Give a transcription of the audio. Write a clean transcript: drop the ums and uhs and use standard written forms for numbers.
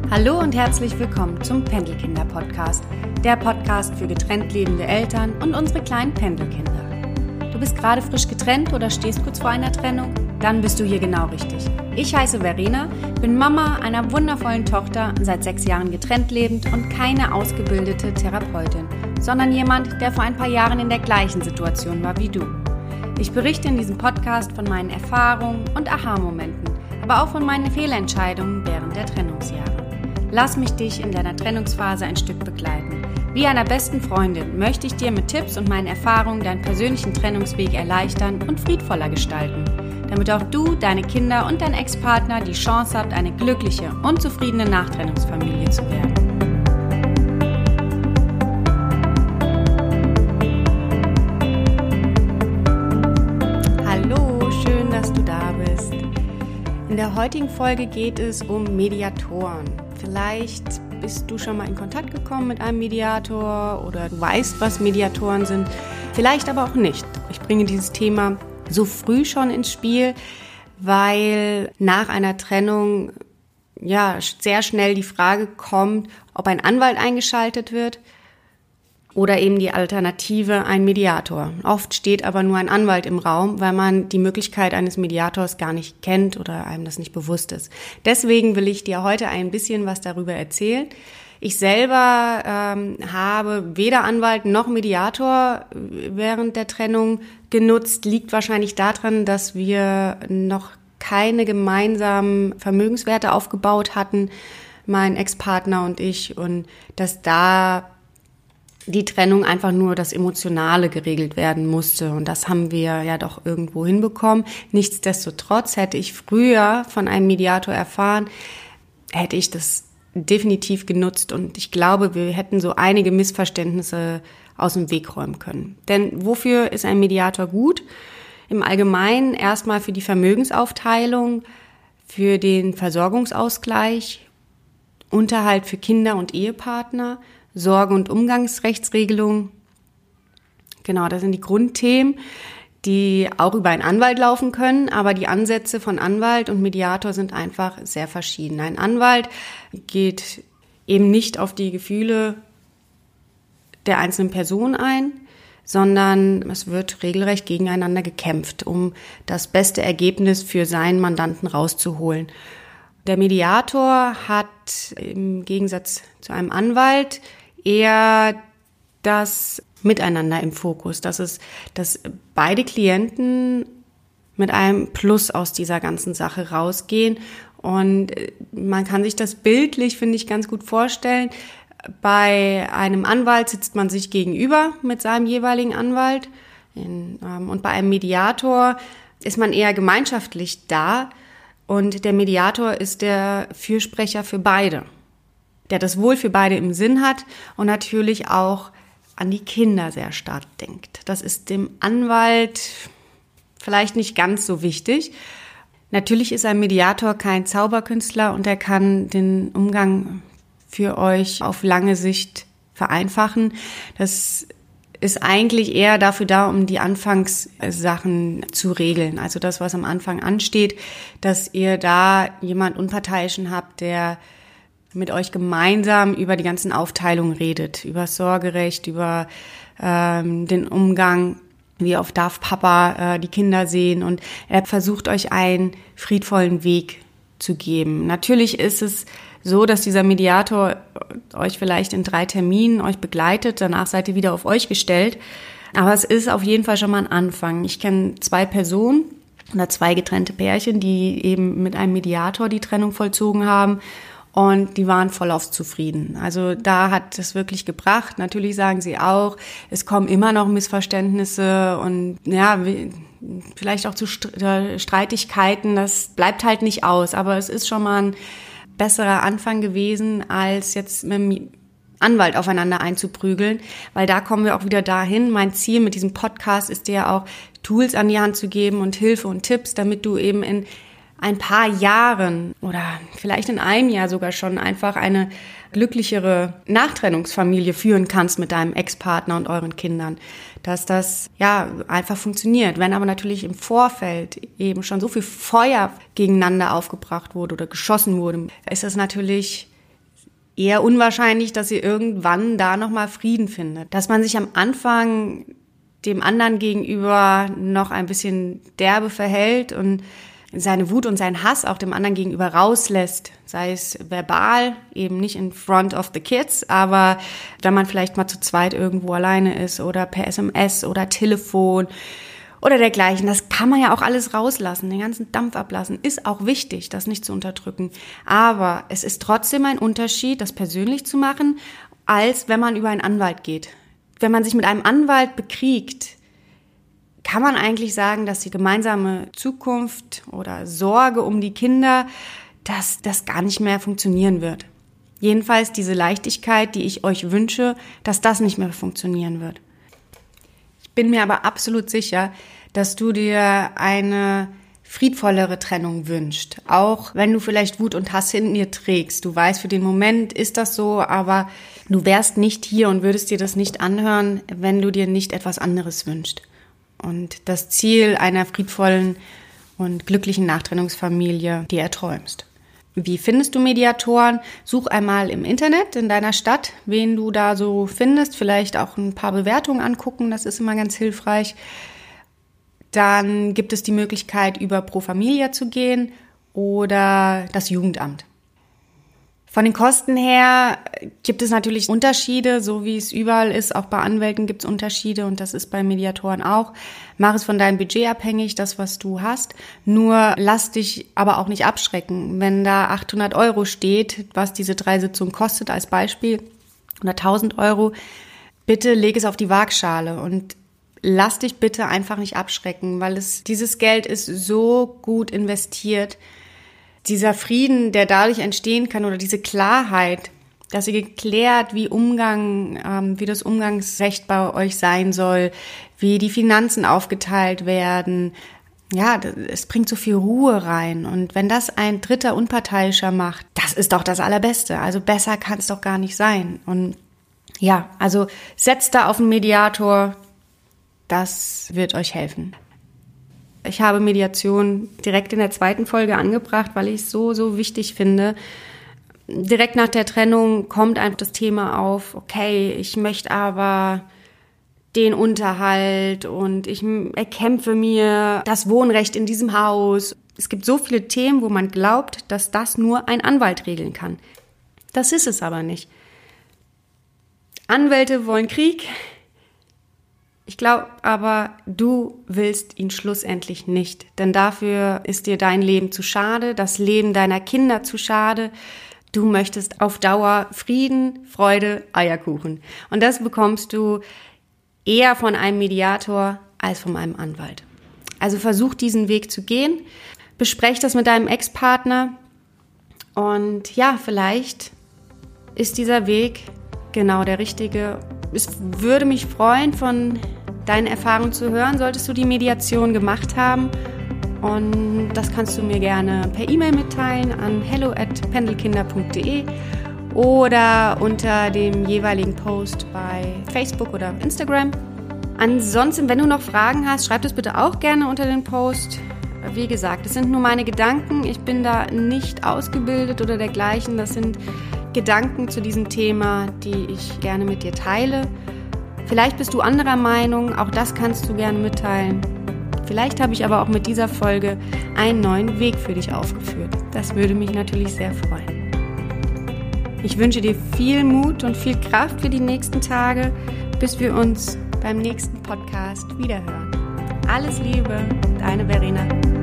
Hallo und herzlich willkommen zum Pendelkinder-Podcast, der Podcast für getrennt lebende Eltern und unsere kleinen Pendelkinder. Du bist gerade frisch getrennt oder stehst kurz vor einer Trennung? Dann bist du hier genau richtig. Ich heiße Verena, bin Mama einer wundervollen Tochter, seit 6 Jahren getrennt lebend und keine ausgebildete Therapeutin, sondern jemand, der vor ein paar Jahren in der gleichen Situation war wie du. Ich berichte in diesem Podcast von meinen Erfahrungen und Aha-Momenten, aber auch von meinen Fehlentscheidungen während der Trennungsjahre. Lass mich dich in deiner Trennungsphase ein Stück begleiten. Wie einer besten Freundin möchte ich dir mit Tipps und meinen Erfahrungen deinen persönlichen Trennungsweg erleichtern und friedvoller gestalten, damit auch du, deine Kinder und dein Ex-Partner die Chance habt, eine glückliche und zufriedene Nachtrennungsfamilie zu werden. Hallo, schön, dass du da bist. In der heutigen Folge geht es um Mediatoren. Vielleicht bist du schon mal in Kontakt gekommen mit einem Mediator oder du weißt, was Mediatoren sind, vielleicht aber auch nicht. Ich bringe dieses Thema so früh schon ins Spiel, weil nach einer Trennung sehr schnell die Frage kommt, ob ein Anwalt eingeschaltet wird oder eben die Alternative ein Mediator. Oft steht aber nur ein Anwalt im Raum, weil man die Möglichkeit eines Mediators gar nicht kennt oder einem das nicht bewusst ist. Deswegen will ich dir heute ein bisschen was darüber erzählen. Ich selber habe weder Anwalt noch Mediator während der Trennung genutzt. Liegt wahrscheinlich daran, dass wir noch keine gemeinsamen Vermögenswerte aufgebaut hatten, mein Ex-Partner und ich, und dass da die Trennung einfach nur das Emotionale geregelt werden musste. Und das haben wir ja doch irgendwo hinbekommen. Nichtsdestotrotz hätte ich früher von einem Mediator erfahren, hätte ich das definitiv genutzt. Und ich glaube, wir hätten so einige Missverständnisse aus dem Weg räumen können. Denn wofür ist ein Mediator gut? Im Allgemeinen erstmal für die Vermögensaufteilung, für den Versorgungsausgleich, Unterhalt für Kinder und Ehepartner, Sorge- und Umgangsrechtsregelung. Genau, das sind die Grundthemen, die auch über einen Anwalt laufen können, aber die Ansätze von Anwalt und Mediator sind einfach sehr verschieden. Ein Anwalt geht eben nicht auf die Gefühle der einzelnen Person ein, sondern es wird regelrecht gegeneinander gekämpft, um das beste Ergebnis für seinen Mandanten rauszuholen. Der Mediator hat im Gegensatz zu einem Anwalt eher das Miteinander im Fokus, dass beide Klienten mit einem Plus aus dieser ganzen Sache rausgehen. Und man kann sich das bildlich, finde ich, ganz gut vorstellen. Bei einem Anwalt sitzt man sich gegenüber mit seinem jeweiligen Anwalt. Und bei einem Mediator ist man eher gemeinschaftlich da. Und der Mediator ist der Fürsprecher für beide, der das Wohl für beide im Sinn hat und natürlich auch an die Kinder sehr stark denkt. Das ist dem Anwalt vielleicht nicht ganz so wichtig. Natürlich ist ein Mediator kein Zauberkünstler und er kann den Umgang für euch auf lange Sicht vereinfachen. Das ist eigentlich eher dafür da, um die Anfangssachen zu regeln. Also das, was am Anfang ansteht, dass ihr da jemand Unparteiischen habt, der mit euch gemeinsam über die ganzen Aufteilungen redet, über das Sorgerecht, über den Umgang, wie oft darf Papa die Kinder sehen, und er versucht euch einen friedvollen Weg zu geben. Natürlich ist es so, dass dieser Mediator euch vielleicht in 3 Terminen euch begleitet, danach seid ihr wieder auf euch gestellt. Aber es ist auf jeden Fall schon mal ein Anfang. Ich kenne 2 Personen oder 2 getrennte Pärchen, die eben mit einem Mediator die Trennung vollzogen haben, und die waren vollauf zufrieden. Also da hat es wirklich gebracht. Natürlich sagen sie auch, es kommen immer noch Missverständnisse und vielleicht auch zu Streitigkeiten. Das bleibt halt nicht aus, aber es ist schon mal ein besserer Anfang gewesen, als jetzt mit dem Anwalt aufeinander einzuprügeln, weil da kommen wir auch wieder dahin. Mein Ziel mit diesem Podcast ist dir ja auch, Tools an die Hand zu geben und Hilfe und Tipps, damit du eben in ein paar Jahren oder vielleicht in einem Jahr sogar schon einfach eine glücklichere Nachtrennungsfamilie führen kannst mit deinem Ex-Partner und euren Kindern. Dass das einfach funktioniert. Wenn aber natürlich im Vorfeld eben schon so viel Feuer gegeneinander aufgebracht wurde oder geschossen wurde, ist das natürlich eher unwahrscheinlich, dass ihr irgendwann da nochmal Frieden findet. Dass man sich am Anfang dem anderen gegenüber noch ein bisschen derbe verhält und seine Wut und seinen Hass auch dem anderen gegenüber rauslässt, sei es verbal, eben nicht in front of the kids, aber wenn man vielleicht mal zu zweit irgendwo alleine ist oder per SMS oder Telefon oder dergleichen, das kann man ja auch alles rauslassen, den ganzen Dampf ablassen, ist auch wichtig, das nicht zu unterdrücken, aber es ist trotzdem ein Unterschied, das persönlich zu machen, als wenn man über einen Anwalt geht. Wenn man sich mit einem Anwalt bekriegt, kann man eigentlich sagen, dass die gemeinsame Zukunft oder Sorge um die Kinder, dass das gar nicht mehr funktionieren wird. Jedenfalls diese Leichtigkeit, die ich euch wünsche, dass das nicht mehr funktionieren wird. Ich bin mir aber absolut sicher, dass du dir eine friedvollere Trennung wünschst. Auch wenn du vielleicht Wut und Hass in dir trägst. Du weißt, für den Moment ist das so, aber du wärst nicht hier und würdest dir das nicht anhören, wenn du dir nicht etwas anderes wünschst. Und das Ziel einer friedvollen und glücklichen Nachtrennungsfamilie dir erträumst. Wie findest du Mediatoren? Such einmal im Internet in deiner Stadt, wen du da so findest. Vielleicht auch ein paar Bewertungen angucken, das ist immer ganz hilfreich. Dann gibt es die Möglichkeit, über Pro Familia zu gehen oder das Jugendamt. Von den Kosten her gibt es natürlich Unterschiede, so wie es überall ist. Auch bei Anwälten gibt es Unterschiede und das ist bei Mediatoren auch. Mach es von deinem Budget abhängig, das, was du hast. Nur lass dich aber auch nicht abschrecken. Wenn da 800 € steht, was diese 3 Sitzungen kostet als Beispiel, oder 1000 €, bitte leg es auf die Waagschale und lass dich bitte einfach nicht abschrecken, weil dieses Geld ist so gut investiert. Dieser Frieden, der dadurch entstehen kann oder diese Klarheit, dass ihr geklärt, wie das Umgangsrecht bei euch sein soll, wie die Finanzen aufgeteilt werden. Ja, es bringt so viel Ruhe rein. Und wenn das ein dritter Unparteiischer macht, das ist doch das Allerbeste. Also besser kann es doch gar nicht sein. Und ja, also setzt da auf einen Mediator, das wird euch helfen. Ich habe Mediation direkt in der 2. Folge angebracht, weil ich es so wichtig finde. Direkt nach der Trennung kommt einfach das Thema auf, okay, ich möchte aber den Unterhalt und ich erkämpfe mir das Wohnrecht in diesem Haus. Es gibt so viele Themen, wo man glaubt, dass das nur ein Anwalt regeln kann. Das ist es aber nicht. Anwälte wollen Krieg. Ich glaube aber, du willst ihn schlussendlich nicht, denn dafür ist dir dein Leben zu schade, das Leben deiner Kinder zu schade. Du möchtest auf Dauer Frieden, Freude, Eierkuchen. Und das bekommst du eher von einem Mediator als von einem Anwalt. Also versuch diesen Weg zu gehen, besprech das mit deinem Ex-Partner und ja, vielleicht ist dieser Weg genau der richtige. Es würde mich freuen, von deinen Erfahrungen zu hören, solltest du die Mediation gemacht haben. Und das kannst du mir gerne per E-Mail mitteilen an hello@pendelkinder.de oder unter dem jeweiligen Post bei Facebook oder Instagram. Ansonsten, wenn du noch Fragen hast, schreib das bitte auch gerne unter den Post. Wie gesagt, das sind nur meine Gedanken. Ich bin da nicht ausgebildet oder dergleichen. Das sind Gedanken zu diesem Thema, die ich gerne mit dir teile. Vielleicht bist du anderer Meinung, auch das kannst du gerne mitteilen. Vielleicht habe ich aber auch mit dieser Folge einen neuen Weg für dich aufgeführt. Das würde mich natürlich sehr freuen. Ich wünsche dir viel Mut und viel Kraft für die nächsten Tage, bis wir uns beim nächsten Podcast wiederhören. Alles Liebe, deine Verena.